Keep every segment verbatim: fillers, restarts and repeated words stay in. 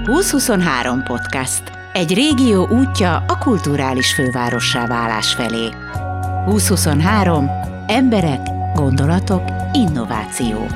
húsz-huszonhárom podcast. Egy régió útja a kulturális fővárossá válás felé. húsz-huszonhárom. Emberek, gondolatok, innováció.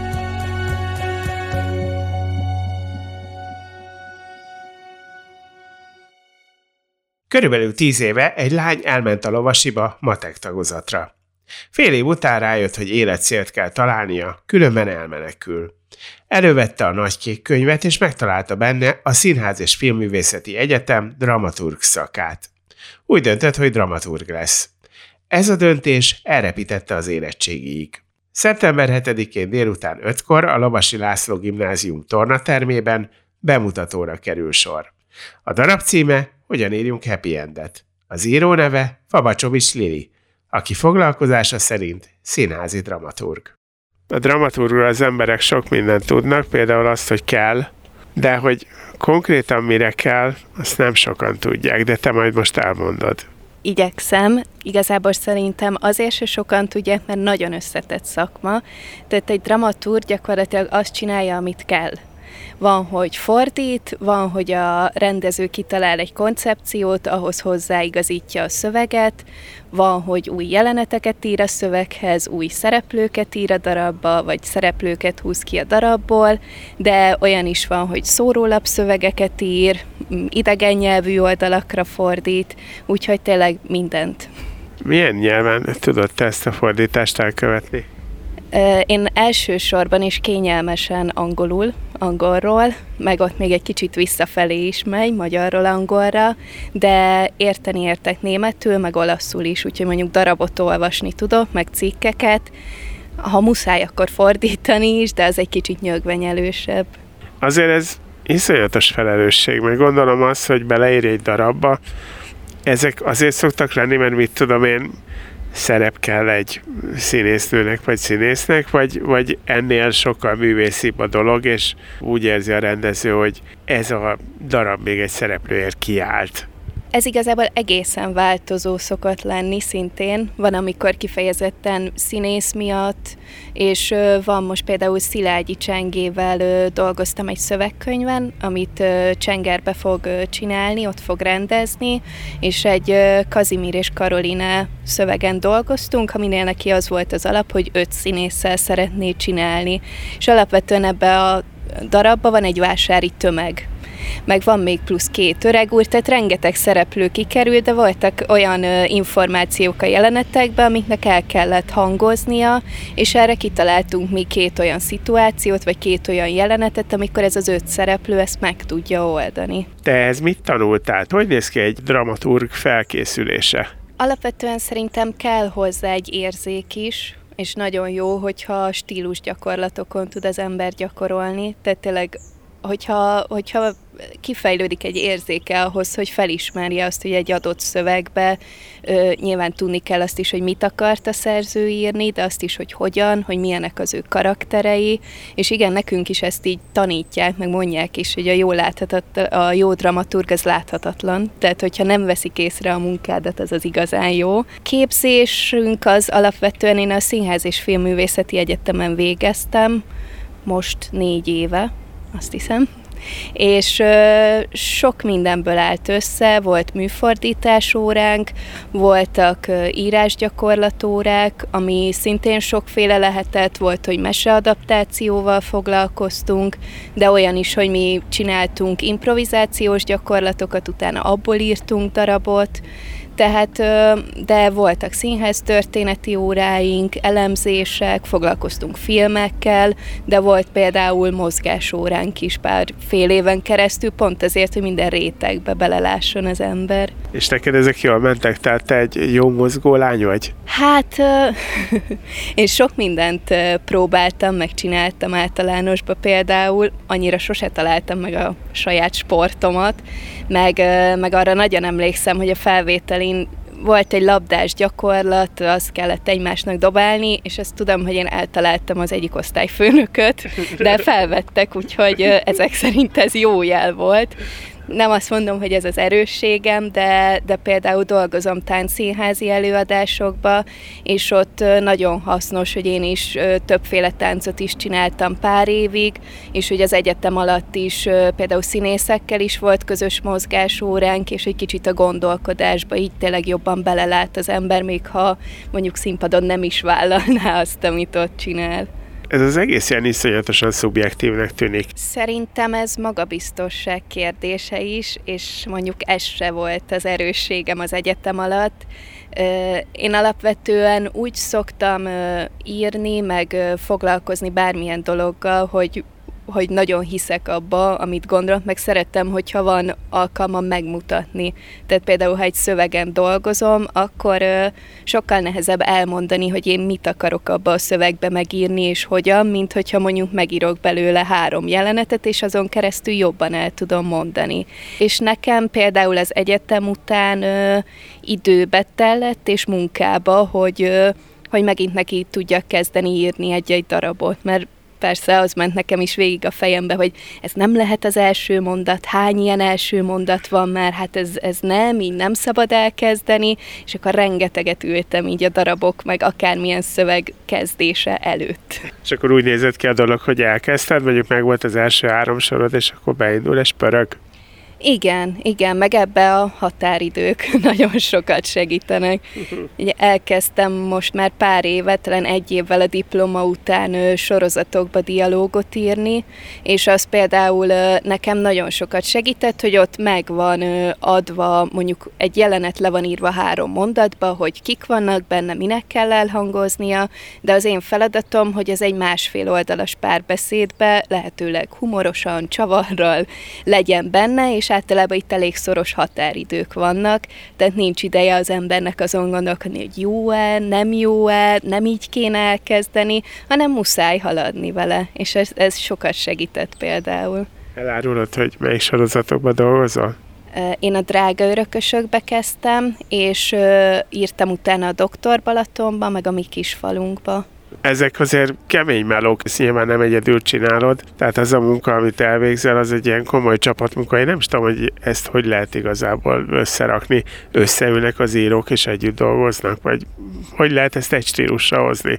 Körülbelül tíz éve egy lány elment a lovasiba matek tagozatra. Fél év után rájött, hogy életcélt kell találnia, különben elmenekül. Elővette a nagy kék könyvet, és megtalálta benne a Színház és Filmművészeti Egyetem dramaturg szakát. Úgy döntött, hogy dramaturg lesz. Ez a döntés elrepítette az érettségig. szeptember hetedikén délután ötkor a Lovasi László Gimnázium tornatermében bemutatóra kerül sor. A darab címe Hogyan írjunk happy endet. Az író neve Fabacsovics Lili, aki foglalkozása szerint színházi dramaturg. A dramaturgról az emberek sok mindent tudnak, például azt, hogy kell, de hogy konkrétan mire kell, azt nem sokan tudják, de te majd most elmondod. Igyekszem. Igazából szerintem azért se sokan tudják, mert nagyon összetett szakma. Tehát egy dramaturg gyakorlatilag azt csinálja, amit kell. Van, hogy fordít, van, hogy a rendező kitalál egy koncepciót, ahhoz hozzáigazítja a szöveget, van, hogy új jeleneteket ír a szöveghez, új szereplőket ír a darabba, vagy szereplőket húz ki a darabból, de olyan is van, hogy szórólapszövegeket ír, idegen nyelvű oldalakra fordít, úgyhogy tényleg mindent. Milyen nyelven tudod te ezt a fordítást elkövetni? Én elsősorban és kényelmesen angolul, angolról, meg ott még egy kicsit visszafelé is megy, magyarról angolra, de érteni értek németül, meg olaszul is, úgyhogy mondjuk darabot olvasni tudok, meg cikkeket. Ha muszáj, akkor fordítani is, de az egy kicsit nyögvenyelősebb. Azért ez iszonyatos felelősség, meg gondolom azt, hogy beleírj egy darabba, ezek azért szoktak lenni, mert mit tudom én, szerep kell egy színésznőnek vagy színésznek, vagy, vagy ennél sokkal művészibb a dolog, és úgy érzi a rendező, hogy ez a darab még egy szereplőért kiállt. Ez igazából egészen változó szokott lenni szintén. Van, amikor kifejezetten színész miatt, és van most például Szilágyi Csengével dolgoztam egy szövegkönyven, amit Csengerbe fog csinálni, ott fog rendezni, és egy Kazimír és Karoline szövegen dolgoztunk, aminél neki az volt az alap, hogy öt színésszel szeretné csinálni. És alapvetően ebbe a darabban van egy vásári tömeg. Meg van még plusz két öreg úr, tehát rengeteg szereplő kikerült, de voltak olyan ö, információk a jelenetekben, amiknek el kellett hangoznia, és erre kitaláltunk mi két olyan szituációt, vagy két olyan jelenetet, amikor ez az öt szereplő ezt meg tudja oldani. Te ez mit tanultál? Hogy néz ki egy dramaturg felkészülése? Alapvetően szerintem kell hozzá egy érzék is, és nagyon jó, hogyha stílusgyakorlatokon tud az ember gyakorolni, tehát tényleg Hogyha, hogyha kifejlődik egy érzéke ahhoz, hogy felismerje azt, hogy egy adott szövegbe ö, nyilván tudni kell azt is, hogy mit akart a szerző írni, de azt is, hogy hogyan, hogy milyenek az ő karakterei, és igen, nekünk is ezt így tanítják, meg mondják is, hogy a jó, láthatat, a jó dramaturg az láthatatlan, tehát hogyha nem veszik észre a munkádat, az az igazán jó. Képzésünk az alapvetően én a Színház és Filmművészeti Egyetemen végeztem, most négy éve, azt hiszem, és ö, sok mindenből állt össze, volt műfordítás óránk, voltak ö, írásgyakorlatórák, ami szintén sokféle lehetett, volt, hogy meseadaptációval foglalkoztunk, de olyan is, hogy mi csináltunk improvizációs gyakorlatokat, utána abból írtunk darabot, tehát, de voltak színháztörténeti óráink, elemzések, foglalkoztunk filmekkel, de volt például mozgásóránk is pár fél éven keresztül, pont azért, hogy minden rétegbe belelásson az ember. És neked ezek jól mentek? Tehát te egy jó mozgó lány vagy? Hát, én sok mindent próbáltam, megcsináltam általánosba például, annyira sose találtam meg a saját sportomat, meg, meg arra nagyon emlékszem, hogy a felvételin volt egy labdás gyakorlat, azt kellett egymásnak dobálni, és ezt tudom, hogy én eltaláltam az egyik osztályfőnököt, de felvettek, úgyhogy ezek szerint ez jó jel volt. Nem azt mondom, hogy ez az erősségem, de, de például dolgozom táncszínházi előadásokba, és ott nagyon hasznos, hogy én is többféle táncot is csináltam pár évig, és hogy az egyetem alatt is például színészekkel is volt közös mozgásóránk, és egy kicsit a gondolkodásba így tényleg jobban belelát az ember, még ha mondjuk színpadon nem is vállalná azt, amit ott csinál. Ez az egész ilyen iszonyatosan szubjektívnek tűnik. Szerintem ez magabiztosság kérdése is, és mondjuk ez se volt az erősségem az egyetem alatt. Én alapvetően úgy szoktam írni, meg foglalkozni bármilyen dologgal, hogy hogy nagyon hiszek abba, amit gondolok, meg szerettem, hogyha van alkalmam megmutatni. Tehát például, ha egy szövegen dolgozom, akkor ö, sokkal nehezebb elmondani, hogy én mit akarok abba a szövegbe megírni, és hogyan, mint hogyha mondjuk megírok belőle három jelenetet, és azon keresztül jobban el tudom mondani. És nekem például az egyetem után ö, időbe tellett, és munkába, hogy, ö, hogy megint neki tudjak kezdeni írni egy-egy darabot, mert persze az ment nekem is végig a fejembe, hogy ez nem lehet az első mondat, hány ilyen első mondat van már, hát ez, ez nem, így nem szabad elkezdeni, és akkor rengeteget ültem így a darabok, meg akármilyen szöveg kezdése előtt. És akkor úgy nézett ki a dolog, hogy elkezdted, mondjuk meg volt az első három sorod, és akkor beindul, és pörög. Igen, igen, meg ebbe a határidők nagyon sokat segítenek. Ugye elkezdtem most már pár évet, talán egy évvel a diploma után ö, sorozatokba dialógot írni, és az például ö, nekem nagyon sokat segített, hogy ott meg van ö, adva, mondjuk egy jelenet le van írva három mondatba, hogy kik vannak benne, minek kell elhangoznia, de az én feladatom, hogy ez egy másfél oldalas párbeszédbe lehetőleg humorosan, csavarral legyen benne, és általában itt elég szoros határidők vannak, tehát nincs ideje az embernek azon gondolkodni, hogy jó-e, nem jó-e, nem így kéne elkezdeni, hanem muszáj haladni vele, és ez, ez sokat segített például. Elárulod, hogy melyik sorozatokban dolgozol? Én a Drága örökösökbe kezdtem, és írtam utána a Doktor Balatonba, meg a Mi kis falunkba. Ezek azért kemény melók, ezt nyilván nem egyedül csinálod, tehát az a munka, amit elvégzel, az egy ilyen komoly csapatmunka. Én nem is tudom, hogy ezt hogy lehet igazából összerakni. Összeülnek az írók, és együtt dolgoznak, vagy hogy lehet ezt egy stílusra hozni?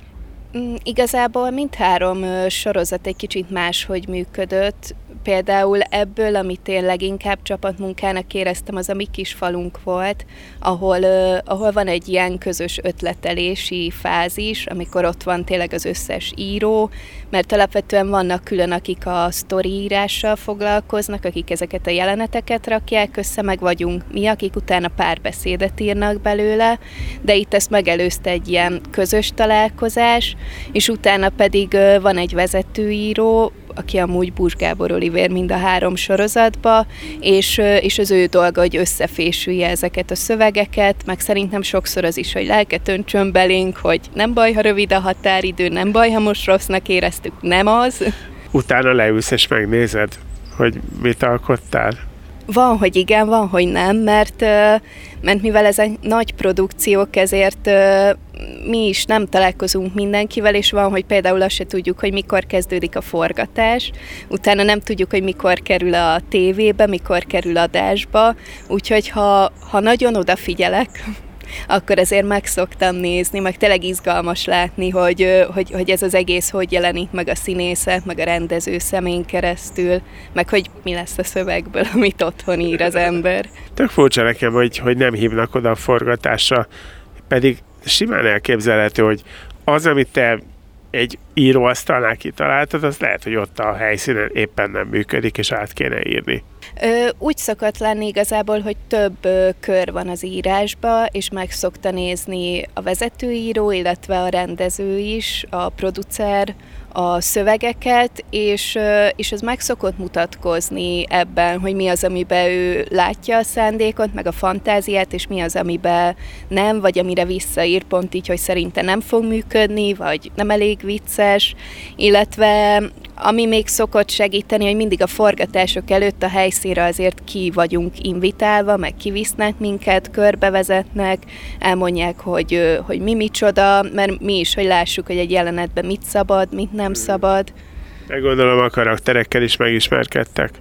Igazából mindhárom sorozat egy kicsit máshogy működött. Például ebből, amit én leginkább csapatmunkának éreztem, az a Mi kis falunk volt, ahol, uh, ahol van egy ilyen közös ötletelési fázis, amikor ott van tényleg az összes író, mert alapvetően vannak külön, akik a sztoriírással foglalkoznak, akik ezeket a jeleneteket rakják össze, meg vagyunk mi, akik utána párbeszédet írnak belőle, de itt ezt megelőzte egy ilyen közös találkozás, és utána pedig uh, van egy vezetőíró, aki amúgy Busch Gábor Olivér mind a három sorozatba, és, és az ő dolga, hogy összefésülje ezeket a szövegeket, meg szerintem sokszor az is, hogy lelket öntsön belénk, hogy nem baj, ha rövid a határidő, nem baj, ha most rossznak éreztük, nem az. Utána leülsz és megnézed, hogy mit alkottál? Van, hogy igen, van, hogy nem, mert, mert mivel ezek nagy produkciók, ezért mi is nem találkozunk mindenkivel, és van, hogy például azt se tudjuk, hogy mikor kezdődik a forgatás, utána nem tudjuk, hogy mikor kerül a tévébe, mikor kerül adásba, úgyhogy ha, ha nagyon odafigyelek, akkor azért meg szoktam nézni, meg tényleg izgalmas látni, hogy, hogy, hogy ez az egész hogy jelenik meg a színészek, meg a rendező szemén keresztül, meg hogy mi lesz a szövegből, amit otthon ír az ember. Tök furcsa nekem, hogy, hogy nem hívnak oda a forgatásra, pedig simán elképzelhető, hogy az, amit te egy íróasztalnál kitaláltad, az lehet, hogy ott a helyszínen éppen nem működik, és át kéne írni. Ö, úgy szokott lenni igazából, hogy több ö, kör van az írásba, és meg szokta nézni a vezetőíró, illetve a rendező is, a producer, a szövegeket, és, és ez meg szokott mutatkozni ebben, hogy mi az, amiben ő látja a szándékot, meg a fantáziát, és mi az, amiben nem, vagy amire visszaír pont így, hogy szerinte nem fog működni, vagy nem elég vicces, illetve ami még szokott segíteni, hogy mindig a forgatások előtt a helyszínre azért ki vagyunk invitálva, meg kivisznek minket, körbevezetnek, elmondják, hogy, hogy mi micsoda, mert mi is, hogy lássuk, hogy egy jelenetben mit szabad, mit nem szabad. Gondolom a karakterekkel is megismerkedtek.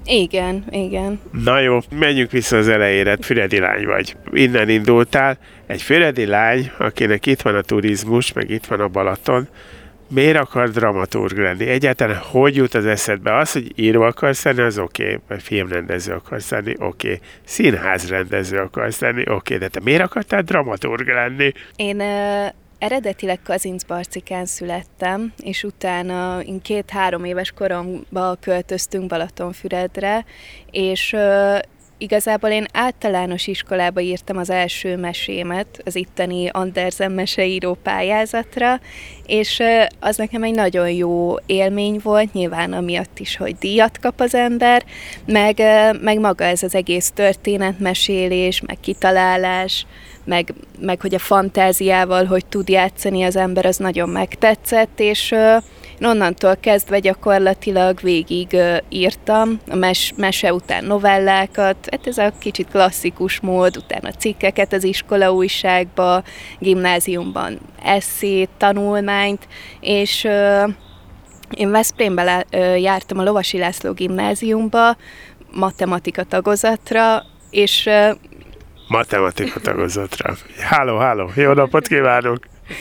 Igen, igen. Na jó, menjünk vissza az elejére. Füredi lány vagy. Innen indultál. Egy füredi lány, akinek itt van a turizmus, meg itt van a Balaton, miért akar dramaturg lenni? Egyáltalán hogy jut az eszedbe az, hogy író akarsz lenni, az oké, okay. Vagy filmrendező akarsz lenni, oké. Okay. Színházrendező akarsz lenni, oké. Okay. De te miért akartál dramaturg lenni? Én uh, eredetileg Kazincbarcikán születtem, és utána én két-három éves koromban költöztünk Balatonfüredre, és uh, igazából én általános iskolába írtam az első mesémet, az itteni Andersen meseíró pályázatra, és az nekem egy nagyon jó élmény volt, nyilván amiatt is, hogy díjat kap az ember, meg, meg maga ez az egész történetmesélés, meg kitalálás, meg, meg hogy a fantáziával, hogy tud játszani az ember, az nagyon megtetszett, és én onnantól kezdve gyakorlatilag végig uh, írtam, a mes- mese után novellákat, hát ez a kicsit klasszikus mód, utána cikkeket az iskola újságba, gimnáziumban esszét, tanulmányt, és uh, én Veszprémben lá- uh, jártam a Lovasi László gimnáziumba, matematika tagozatra, és... Uh, matematika tagozatra. Háló, háló, jó napot kívánok!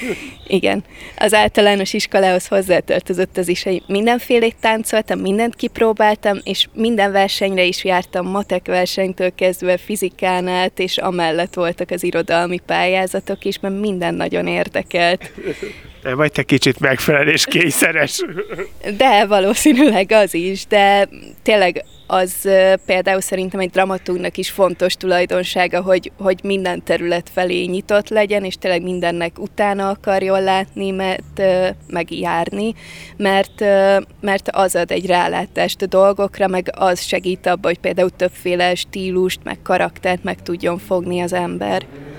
Igen. Az általános iskolához hozzátartozott az is, hogy mindenfélét táncoltam, mindent kipróbáltam, és minden versenyre is jártam, matek versenytől kezdve fizikán át, és amellett voltak az irodalmi pályázatok is, mert minden nagyon érdekelt. Nem vagy te kicsit megfelelés kényszeres? De valószínűleg az is, de tényleg az például szerintem egy dramaturgnak is fontos tulajdonsága, hogy, hogy minden terület felé nyitott legyen, és tényleg mindennek utána akarjon látni, mert, megjárni, mert, mert az ad egy rálátást a dolgokra, meg az segít abba, hogy például többféle stílust, meg karaktert meg tudjon fogni az ember.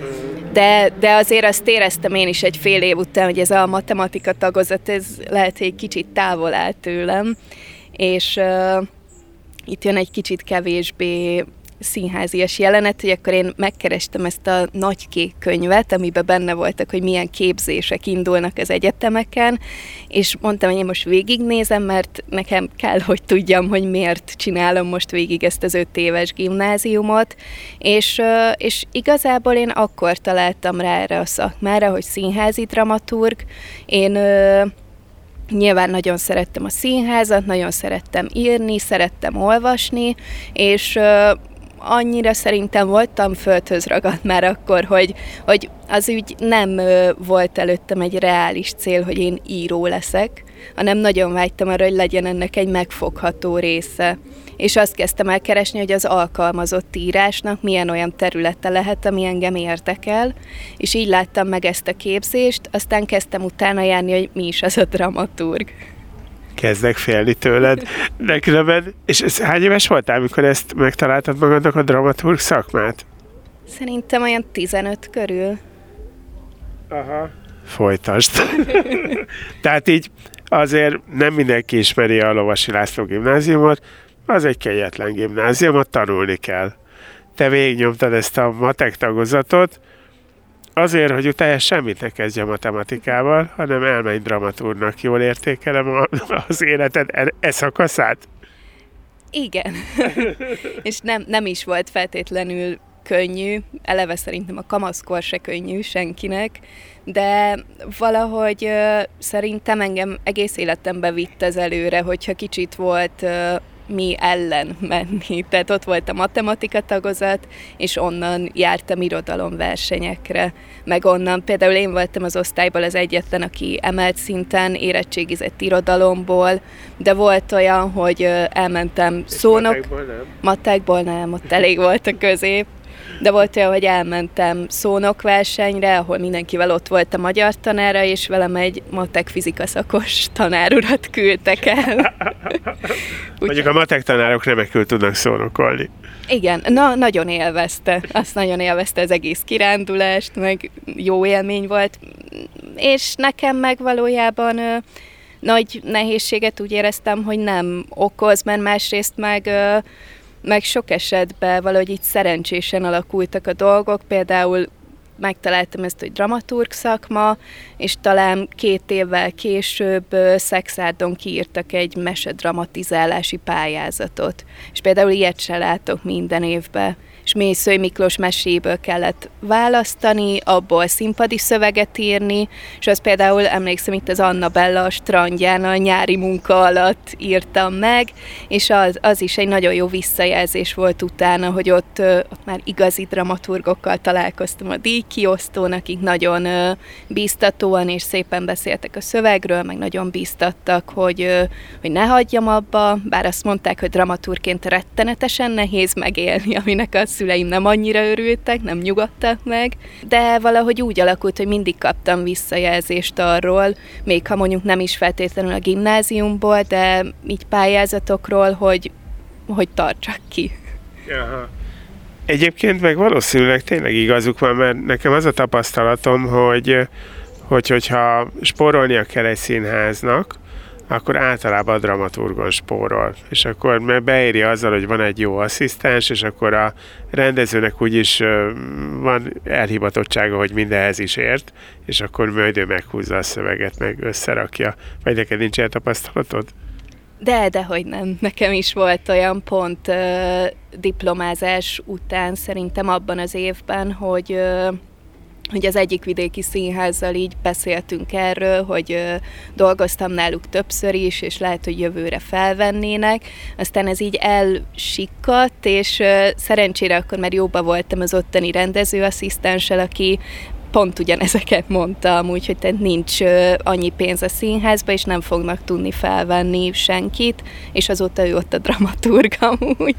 De, de azért azt éreztem én is egy fél év után, hogy ez a matematika tagozat, ez lehet, hogy egy kicsit távol áll tőlem, és uh, itt jön egy kicsit kevésbé színházias jelenet, hogy akkor én megkerestem ezt a nagy kék könyvet, amiben benne voltak, hogy milyen képzések indulnak az egyetemeken, és mondtam, hogy én most végignézem, mert nekem kell, hogy tudjam, hogy miért csinálom most végig ezt az öt éves gimnáziumot, és, és igazából én akkor találtam rá erre a szakmára, hogy színházi dramaturg. Én nyilván nagyon szerettem a színházat, nagyon szerettem írni, szerettem olvasni, és annyira szerintem voltam földhöz ragadt már akkor, hogy, hogy az úgy nem volt előttem egy reális cél, hogy én író leszek, hanem nagyon vágytam arra, hogy legyen ennek egy megfogható része. És azt kezdtem el keresni, hogy az alkalmazott írásnak milyen olyan területe lehet, ami engem érdekel, és így láttam meg ezt a képzést, aztán kezdtem utána járni, hogy mi is az a dramaturg. Kezdek félni tőled, de különben, és ez hány éves voltál, amikor ezt megtaláltad magadnak a dramaturg szakmát? Szerintem olyan tizenöt körül. Aha. Folytasd. Tehát így azért nem mindenki ismeri a Lovasi László gimnáziumot, az egy kegyetlen gimnázium, ott tanulni kell. Te végignyomtad ezt a matek tagozatot, azért, hogy utána semmit ne kezdj a matematikával, hanem elmenj dramaturgnak. Jól értékelem az életed e, e szakaszát? Igen. És nem, nem is volt feltétlenül könnyű, eleve szerintem a kamaszkor se könnyű senkinek, de valahogy uh, szerintem engem egész életemben vitt ez előre, hogyha kicsit volt uh, mi ellen menni. Tehát ott volt a matematika tagozat, és onnan jártam irodalomversenyekre. Meg onnan például én voltam az osztályból az egyetlen, aki emelt szinten érettségizett irodalomból, de volt olyan, hogy elmentem szónok... Matekból nem? Matekból nem, ott elég volt a közép. De volt olyan, hogy elmentem szónokversenyre, ahol mindenkivel ott volt a magyar tanára, és velem egy matek fizika szakos tanárurat küldtek el. Mondjuk a matek tanárok remekül tudnak szónokolni. Igen, na, nagyon élvezte. Azt nagyon élvezte az egész kirándulást, meg jó élmény volt. És nekem meg valójában ö, nagy nehézséget úgy éreztem, hogy nem okoz, mert másrészt meg... Ö, meg sok esetben valahogy így szerencsésen alakultak a dolgok, például megtaláltam ezt, hogy dramaturg szakma, és talán két évvel később Szexárdon kiírtak egy mesedramatizálási pályázatot. És például ilyet se látok minden évben. És Mészöly Miklós meséből kellett választani, abból színpadi szöveget írni, és az például emlékszem itt az Annabella a strandján a nyári munka alatt írtam meg, és az, az is egy nagyon jó visszajelzés volt utána, hogy ott, ott már igazi dramaturgokkal találkoztam a díjkiosztón, akik nagyon bíztatóan és szépen beszéltek a szövegről, meg nagyon bíztattak, hogy, hogy ne hagyjam abba, bár azt mondták, hogy dramaturgként rettenetesen nehéz megélni, aminek a szüleim nem annyira örültek, nem nyugodtak meg, de valahogy úgy alakult, hogy mindig kaptam visszajelzést arról, még ha mondjuk nem is feltétlenül a gimnáziumból, de így pályázatokról, hogy, hogy tartsak ki. Aha. Egyébként meg valószínűleg tényleg igazuk van, mert nekem az a tapasztalatom, hogy, hogy hogyha spórolnia kell egy színháznak, akkor általában a dramaturgon spórol. És akkor beéri azzal, hogy van egy jó asszisztens, és akkor a rendezőnek úgyis van elhivatottsága, hogy mindenhez is ért, és akkor majd ő meghúzza a szöveget, meg összerakja. Vagy neked nincs ilyen tapasztalatod? De, dehogy nem. Nekem is volt olyan pont uh, diplomázás után, szerintem abban az évben, hogy uh, hogy az egyik vidéki színházzal így beszéltünk erről, hogy ö, dolgoztam náluk többször is, és lehet, hogy jövőre felvennének. Aztán ez így elsikkadt, és ö, szerencsére akkor már jóba voltam az ottani rendezőasszisztenssel, aki pont ugyanezeket mondtam, úgyhogy tehát nincs ö, annyi pénz a színházba, és nem fognak tudni felvenni senkit, és azóta ő ott a dramaturg amúgy.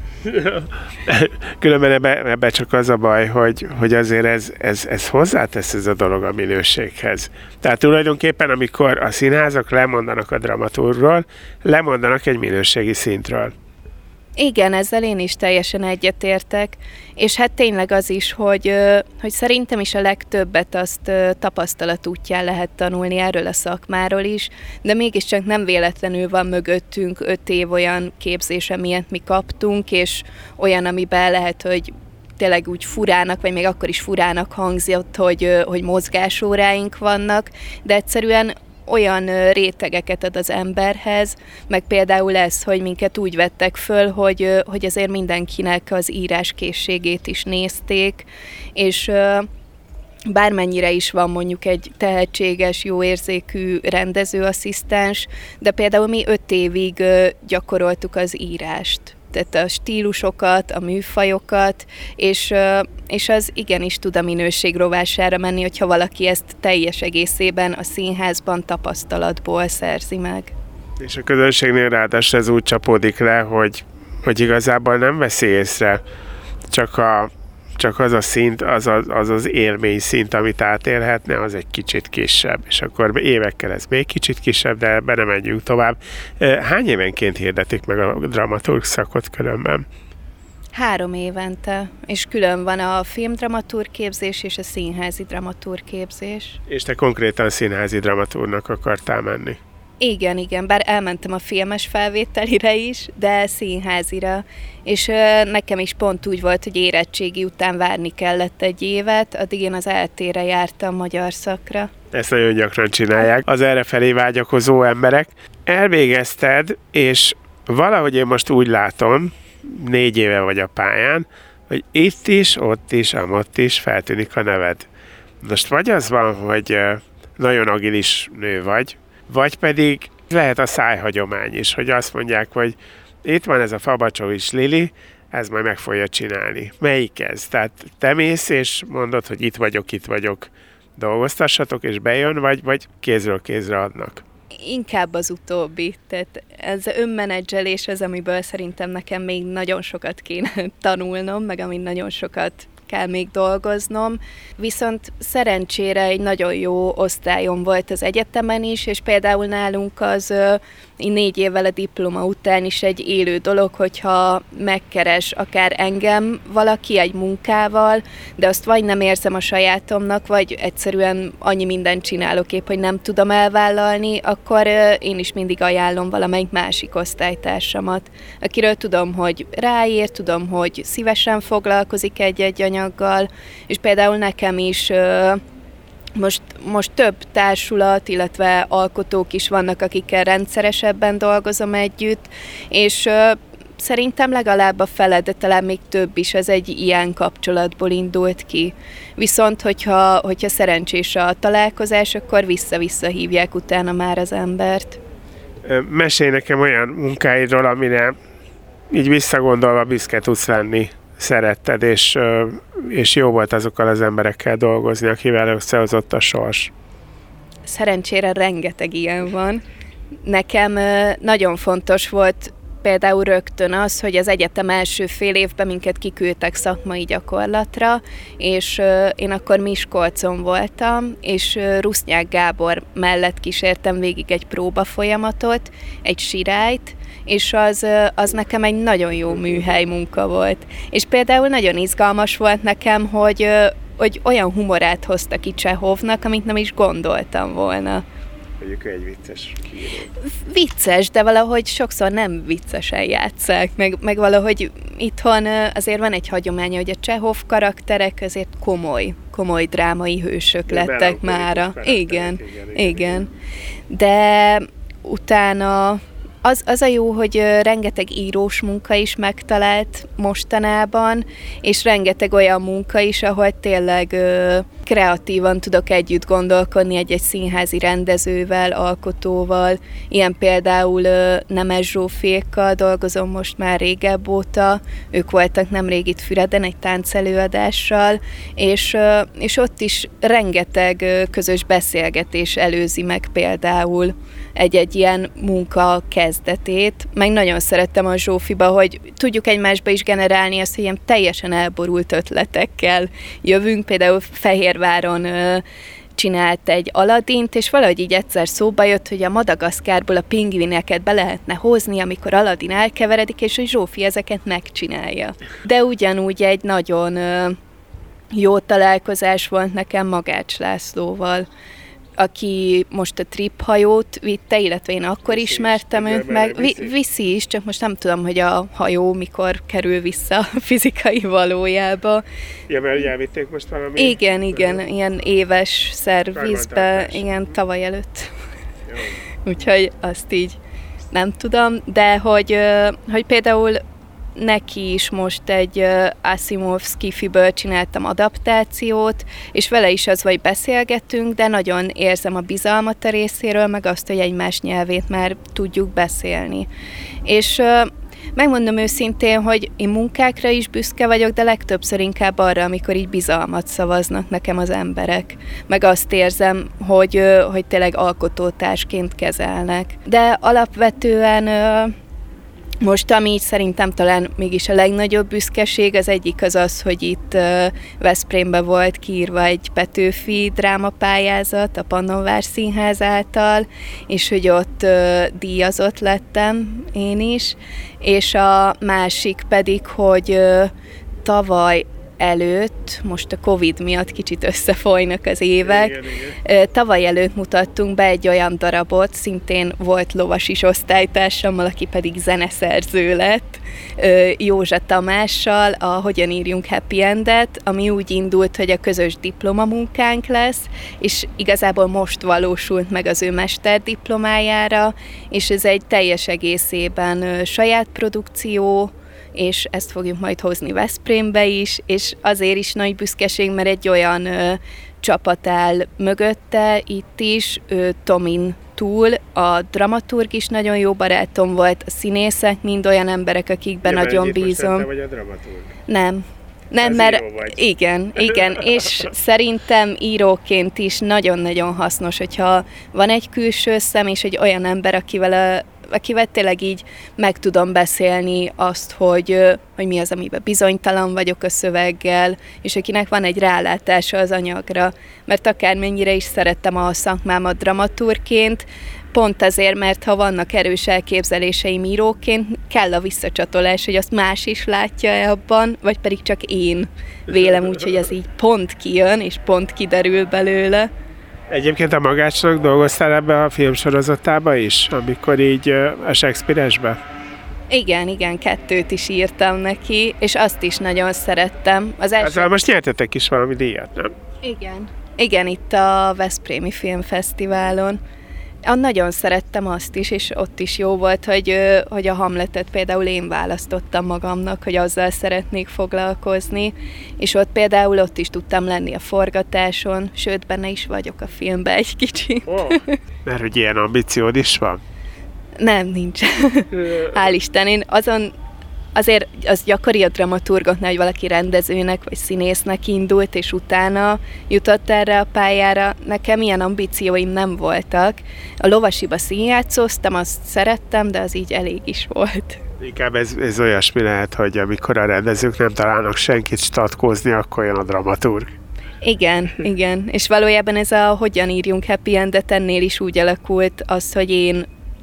Különben ebbe, ebbe csak az a baj, hogy, hogy azért ez, ez, ez hozzátesz ez a dolog a minőséghez. Tehát tulajdonképpen, amikor a színházak lemondanak a dramaturgról, lemondanak egy minőségi szintről. Igen, ezzel én is teljesen egyetértek, és hát tényleg az is, hogy, hogy szerintem is a legtöbbet azt tapasztalat útján lehet tanulni erről a szakmáról is, de mégiscsak nem véletlenül van mögöttünk öt év olyan képzés, amilyet mi kaptunk, és olyan, amiben lehet, hogy tényleg úgy furának, vagy még akkor is furának hangzott, hogy, hogy mozgásóráink vannak, de egyszerűen olyan rétegeket ad az emberhez, meg például ez, hogy minket úgy vettek föl, hogy, hogy azért mindenkinek az íráskészségét is nézték, és bármennyire is van mondjuk egy tehetséges, jóérzékű rendezőasszisztens, de például mi öt évig gyakoroltuk az írást. Tehát a stílusokat, a műfajokat, és, és az igenis tud a minőség rovására menni, hogyha valaki ezt teljes egészében a színházban tapasztalatból szerzi meg. És a közönségnél ráadásul ez úgy csapódik le, hogy, hogy igazából nem veszi észre, csak, a, csak az a szint, az, a, az az élmény szint, amit átélhetne, az egy kicsit kisebb, és akkor évekkel ez még kicsit kisebb, de ebbe nem menjünk tovább. Hány évenként hirdetik meg a dramaturg szakot különben? Három évente, és külön van a filmdramaturg képzés és a színházi dramaturg képzés. És te konkrétan színházi dramaturgnak akartál menni? Igen, igen, bár elmentem a filmes felvételire is, de színházira. És ö, nekem is pont úgy volt, hogy érettségi után várni kellett egy évet, addig én az é té-re jártam magyar szakra. Ezt nagyon gyakran csinálják az errefelé vágyakozó emberek. Elvégezted, és valahogy én most úgy látom, négy éve vagy a pályán, hogy itt is, ott is, amott is feltűnik a neved. Most vagy az van, hogy nagyon agilis nő vagy, vagy pedig lehet a szájhagyomány is, hogy azt mondják, hogy itt van ez a Fabacsovics Lili, ez majd meg fogja csinálni. Melyik ez? Tehát te mész és mondod, hogy itt vagyok, itt vagyok, dolgoztassatok, és bejön, vagy, vagy kézről kézre adnak? Inkább az utóbbi. Tehát ez önmenedzselés az, amiből szerintem nekem még nagyon sokat kéne tanulnom, meg amin nagyon sokat kell még dolgoznom. Viszont szerencsére egy nagyon jó osztályom volt az egyetemen is, és például nálunk az négy évvel a diploma után is egy élő dolog, hogyha megkeres akár engem valaki egy munkával, de azt vagy nem érzem a sajátomnak, vagy egyszerűen annyi mindent csinálok épp, hogy nem tudom elvállalni, akkor én is mindig ajánlom valamelyik másik osztálytársamat, akiről tudom, hogy ráér, tudom, hogy szívesen foglalkozik egy-egy anyaggal, és például nekem is Most, most több társulat, illetve alkotók is vannak, akikkel rendszeresebben dolgozom együtt, és ö, szerintem legalább a fele, de talán még több is, ez egy ilyen kapcsolatból indult ki. Viszont, hogyha, hogyha szerencsés a találkozás, akkor vissza-vissza hívják utána már az embert. Mesélj nekem olyan munkáidról, amire így visszagondolva büszke tudsz lenni. Szeretted, és, és jó volt azokkal az emberekkel dolgozni, akivel összehozott a sors. Szerencsére rengeteg ilyen van. Nekem nagyon fontos volt például rögtön az, hogy az egyetem első fél évben minket kiküldtek szakmai gyakorlatra, és én akkor Miskolcon voltam, és Rusznyák Gábor mellett kísértem végig egy próbafolyamatot, egy sirályt, és az, az nekem egy nagyon jó műhely munka volt. És például nagyon izgalmas volt nekem, hogy, hogy olyan humorát hozta ki Csehovnak, amit nem is gondoltam volna. Mondjuk egy vicces író. Vicces, de valahogy sokszor nem viccesen játsszák, meg, meg valahogy itthon azért van egy hagyománya, hogy a Csehov karakterek azért komoly, komoly drámai hősök de lettek mára. Igen, igen, igen, igen. De utána Az, az a jó, hogy rengeteg írós munka is megtalált mostanában, és rengeteg olyan munka is, ahol tényleg ö, kreatívan tudok együtt gondolkodni egy-egy színházi rendezővel, alkotóval. Ilyen például ö, Nemes Zsófiékkal dolgozom most már régebb óta. Ők voltak nemrég itt Füreden egy táncelőadással, és, ö, és ott is rengeteg ö, közös beszélgetés előzi meg például egy-egy ilyen munka kezdetét. Meg nagyon szerettem a Zsófiba, hogy tudjuk egymásba is generálni azt, hogy ilyen teljesen elborult ötletekkel jövünk. Például Fehérváron ö, csinált egy Aladint, és valahogy így egyszer szóba jött, hogy a Madagaszkárból a pingvineket be lehetne hozni, amikor Aladin elkeveredik, és hogy Zsófi ezeket megcsinálja. De ugyanúgy egy nagyon ö, jó találkozás volt nekem Magács Lászlóval, aki most a Trip hajót vitte, illetve én akkor viszi ismertem is, őt meg. Viszi. viszi is, csak most nem tudom, hogy a hajó mikor kerül vissza a fizikai valójába. Ja, mert ugye elvitték most valami... Igen, igen, uh, ilyen éves szervizbe, igen, tavaly előtt. Úgyhogy azt így nem tudom, de hogy, hogy például neki is most egy uh, Asimov Skifiből csináltam adaptációt, és vele is az, vagy beszélgetünk, de nagyon érzem a bizalmat a részéről, meg azt, hogy egymás nyelvét már tudjuk beszélni. És uh, megmondom őszintén, hogy én munkákra is büszke vagyok, de legtöbbször inkább arra, amikor így bizalmat szavaznak nekem az emberek. Meg azt érzem, hogy, uh, hogy tényleg alkotótársként kezelnek. De alapvetően... Uh, Most, ami így szerintem talán mégis a legnagyobb büszkeség, az egyik az az, hogy itt uh, Veszprémben volt kiírva egy Petőfi drámapályázat a Pannonvár Színház által, és hogy ott uh, díjazott lettem én is, és a másik pedig, hogy uh, tavaly előtt, most a Covid miatt kicsit összefolynak az évek. Igen, igen. Tavaly előtt mutattunk be egy olyan darabot, szintén volt lovas is osztálytársammal, aki pedig zeneszerző lett, Józsa Tamással, a Hogyan írjunk happy endet, ami úgy indult, hogy a közös diplomamunkánk lesz, és igazából most valósult meg az ő mesterdiplomájára, és ez egy teljes egészében saját produkció, és ezt fogjuk majd hozni Veszprémbe is, és azért is nagy büszkeség, mert egy olyan ö, csapat áll mögötte itt is, ö, Tomin túl, a dramaturg is nagyon jó barátom volt, a színészek mind olyan emberek, akikben ja, nagyon bízom. Most vagy a dramaturg? Nem. Nem, az mert igen, igen, és szerintem íróként is nagyon-nagyon hasznos, hogyha van egy külső szem, és egy olyan ember, akivel a, akivel tényleg így meg tudom beszélni azt, hogy, hogy mi az, amiben bizonytalan vagyok a szöveggel, és akinek van egy rálátása az anyagra. Mert akármennyire is szerettem a szakmámat dramaturgként, pont azért, mert ha vannak erős elképzeléseim íróként, kell a visszacsatolás, hogy azt más is látja-e abban, vagy pedig csak én vélem úgy, hogy ez így pont kijön, és pont kiderül belőle. Egyébként a Magácsnak dolgoztál ebbe a filmsorozatába is, amikor így a Shakespeare-esbe? Igen, igen, kettőt is írtam neki, és azt is nagyon szerettem. Az első... Azzal most nyertetek is valami díjat, nem? Igen. Igen, itt a Veszprémi Filmfesztiválon. Nagyon szerettem azt is, és ott is jó volt, hogy, hogy a Hamletet például én választottam magamnak, hogy azzal szeretnék foglalkozni, és ott például ott is tudtam lenni a forgatáson, sőt, benne is vagyok a filmben egy kicsit. Oh, mert hogy ilyen ambíciód is van? Nem, nincs. Hál' Isten, én azon azért az gyakori a dramaturgoknál, hogy valaki rendezőnek vagy színésznek indult, és utána jutott erre a pályára. Nekem ilyen ambícióim nem voltak. A Lovasiba színjátszóztam, azt szerettem, de az így elég is volt. Inkább ez, ez olyasmi lehet, hogy amikor a rendezők nem találnak senkit statkozni, akkor jön a dramaturg. Igen, igen. És valójában ez a hogyan írjunk happy endet, ennél is úgy alakult az, hogy én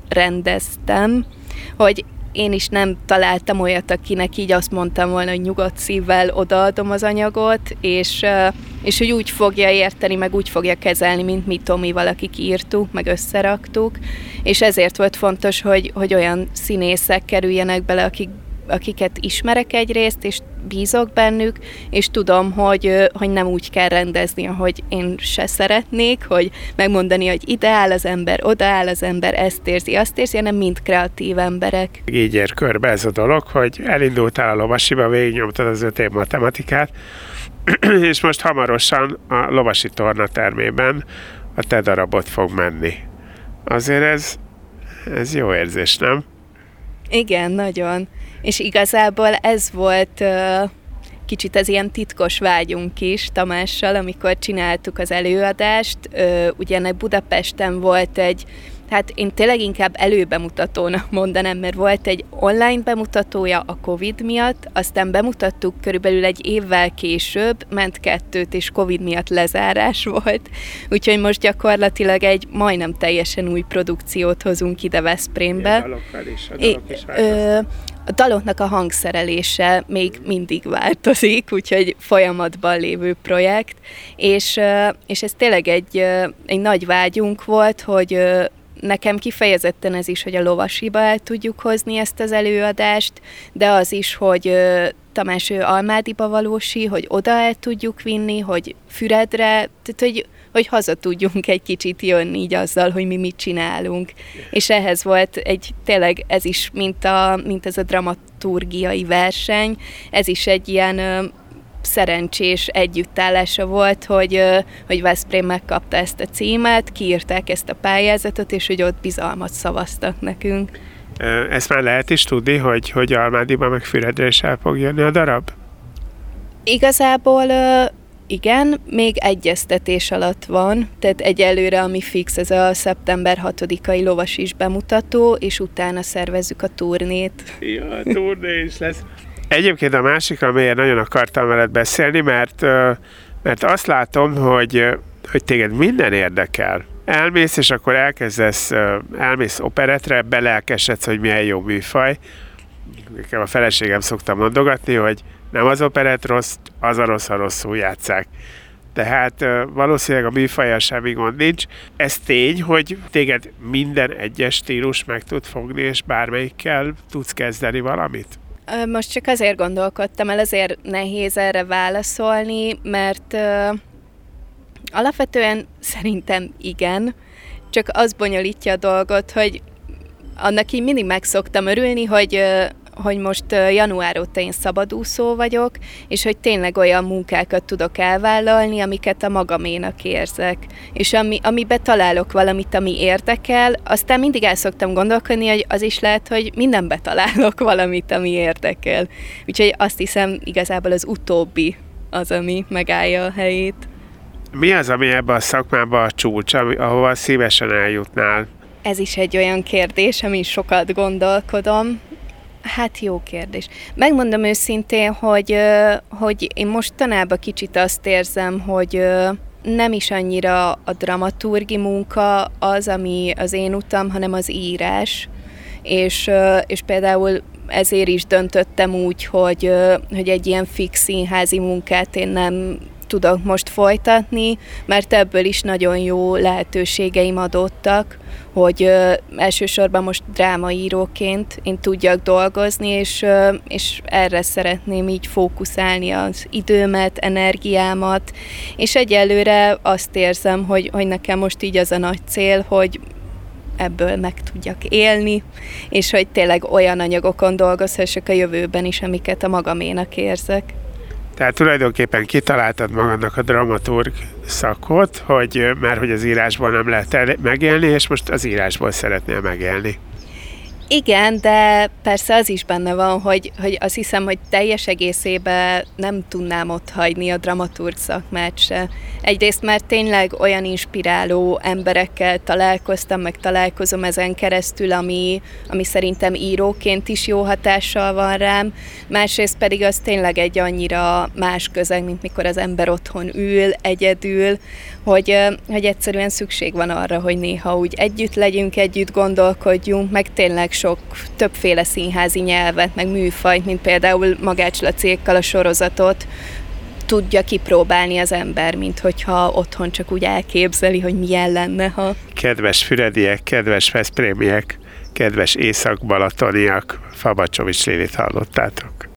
rendeztem, hogy én is nem találtam olyat, akinek így azt mondtam volna, hogy nyugodt szívvel odaadom az anyagot, és, és hogy úgy fogja érteni, meg úgy fogja kezelni, mint mi Tomival, akik írtuk, meg összeraktuk, és ezért volt fontos, hogy, hogy olyan színészek kerüljenek bele, akik, akiket ismerek egyrészt, és bízok bennük, és tudom, hogy, hogy nem úgy kell rendezni, ahogy én se szeretnék, hogy megmondani, hogy ide áll az ember, oda áll az ember, ezt érzi, azt érzi, hanem mind kreatív emberek. Így ér körbe ez a dolog, hogy elindultál a Lovasiba, végignyomtad az öt év matematikát, és most hamarosan a Lovasi tornatermében a te darabot fog menni. Azért ez, ez jó érzés, nem? Igen, nagyon. És igazából ez volt uh, kicsit az ilyen titkos vágyunk is Tamással, amikor csináltuk az előadást. Uh, ugye Budapesten volt egy, hát én tényleg inkább előbemutatónak mondanám, mert volt egy online bemutatója a Covid miatt, aztán bemutattuk körülbelül egy évvel később, ment kettőt, és Covid miatt lezárás volt. Úgyhogy most gyakorlatilag egy majdnem teljesen új produkciót hozunk ide Veszprémbe. A dalokkal is, a dalok is A daloknak a hangszerelése még mindig változik, úgyhogy folyamatban lévő projekt, és, és ez tényleg egy, egy nagy vágyunk volt, hogy nekem kifejezetten ez is, hogy a Lovasiba el tudjuk hozni ezt az előadást, de az is, hogy Tamás ő Almádiba valósi, hogy oda el tudjuk vinni, hogy Füredre, tehát hogy, hogy haza tudjunk egy kicsit jönni így azzal, hogy mi mit csinálunk. És ehhez volt egy, tényleg ez is, mint, a, mint ez a dramaturgiai verseny, ez is egy ilyen ö, szerencsés együttállása volt, hogy, ö, hogy Veszprém megkapta ezt a címet, kiírták ezt a pályázatot, és hogy ott bizalmat szavaztak nekünk. Ezt már lehet is tudni, hogy, hogy Almádiba meg Füredre is el fog jönni a darab? Igazából igen, még egyeztetés alatt van, tehát egyelőre ami fix, ez a szeptember hatodikai Lovasis bemutató, és utána szervezzük a turnét. Ja, a turné is lesz. Egyébként a másik, amiért nagyon akartam veled beszélni, mert, mert azt látom, hogy, hogy téged minden érdekel. Elmész, és akkor elkezdesz, elmész operettre, belelkesedsz, hogy milyen jó műfaj. Nekem a feleségem szokta mondogatni, hogy nem az operett rossz, az a rossz, ha rosszul játsszák. Tehát valószínűleg a műfajjal semmi gond nincs. Ez tény, hogy téged minden egyes stílus meg tud fogni, és bármelyikkel tudsz kezdeni valamit? Most csak azért gondolkodtam el, azért nehéz erre válaszolni, mert uh, alapvetően szerintem igen, csak az bonyolítja a dolgot, hogy annak így mindig meg szoktam örülni, hogy, uh, hogy most uh, január óta én szabadúszó vagyok, és hogy tényleg olyan munkákat tudok elvállalni, amiket a magaménak érzek. És ami, amiben találok valamit, ami érdekel, aztán mindig el szoktam gondolkodni, hogy az is lehet, hogy mindenbe találok valamit, ami érdekel. Úgyhogy azt hiszem, igazából az utóbbi az, ami megállja a helyét. Mi az, ami ebben a szakmában a csúcs, ahova szívesen eljutnál? Ez is egy olyan kérdés, amin sokat gondolkodom. Hát jó kérdés. Megmondom őszintén, hogy, hogy én mostanában kicsit azt érzem, hogy nem is annyira a dramaturgi munka az, ami az én utam, hanem az írás. És, és például ezért is döntöttem úgy, hogy, hogy egy ilyen fix színházi munkát én nem tudok most folytatni, mert ebből is nagyon jó lehetőségeim adottak, hogy ö, elsősorban most drámaíróként én tudjak dolgozni, és, ö, és erre szeretném így fókuszálni az időmet, energiámat, és egyelőre azt érzem, hogy, hogy nekem most így az a nagy cél, hogy ebből meg tudjak élni, és hogy tényleg olyan anyagokon dolgozhassak a jövőben is, amiket a magaménak érzek. Tehát tulajdonképpen kitaláltad magadnak a dramaturg szakot, hogy már hogy az írásból nem lehet megélni, és most az írásból szeretnél megélni. Igen, de persze az is benne van, hogy, hogy azt hiszem, hogy teljes egészében nem tudnám ott hagyni a dramaturg szakmát se. Egyrészt mert tényleg olyan inspiráló emberekkel találkoztam, meg találkozom ezen keresztül, ami, ami szerintem íróként is jó hatással van rám. Másrészt pedig az tényleg egy annyira más közeg, mint mikor az ember otthon ül, egyedül, hogy, hogy egyszerűen szükség van arra, hogy néha úgy együtt legyünk, együtt gondolkodjunk, meg tényleg sok többféle színházi nyelvet, meg műfajt, mint például Magács Lacékkal a sorozatot tudja kipróbálni az ember, mint hogyha otthon csak úgy elképzeli, hogy milyen lenne, ha... Kedves fürediek, kedves veszprémiek, kedves észak-balatoniak, Fabacsovics Lilit hallottátok.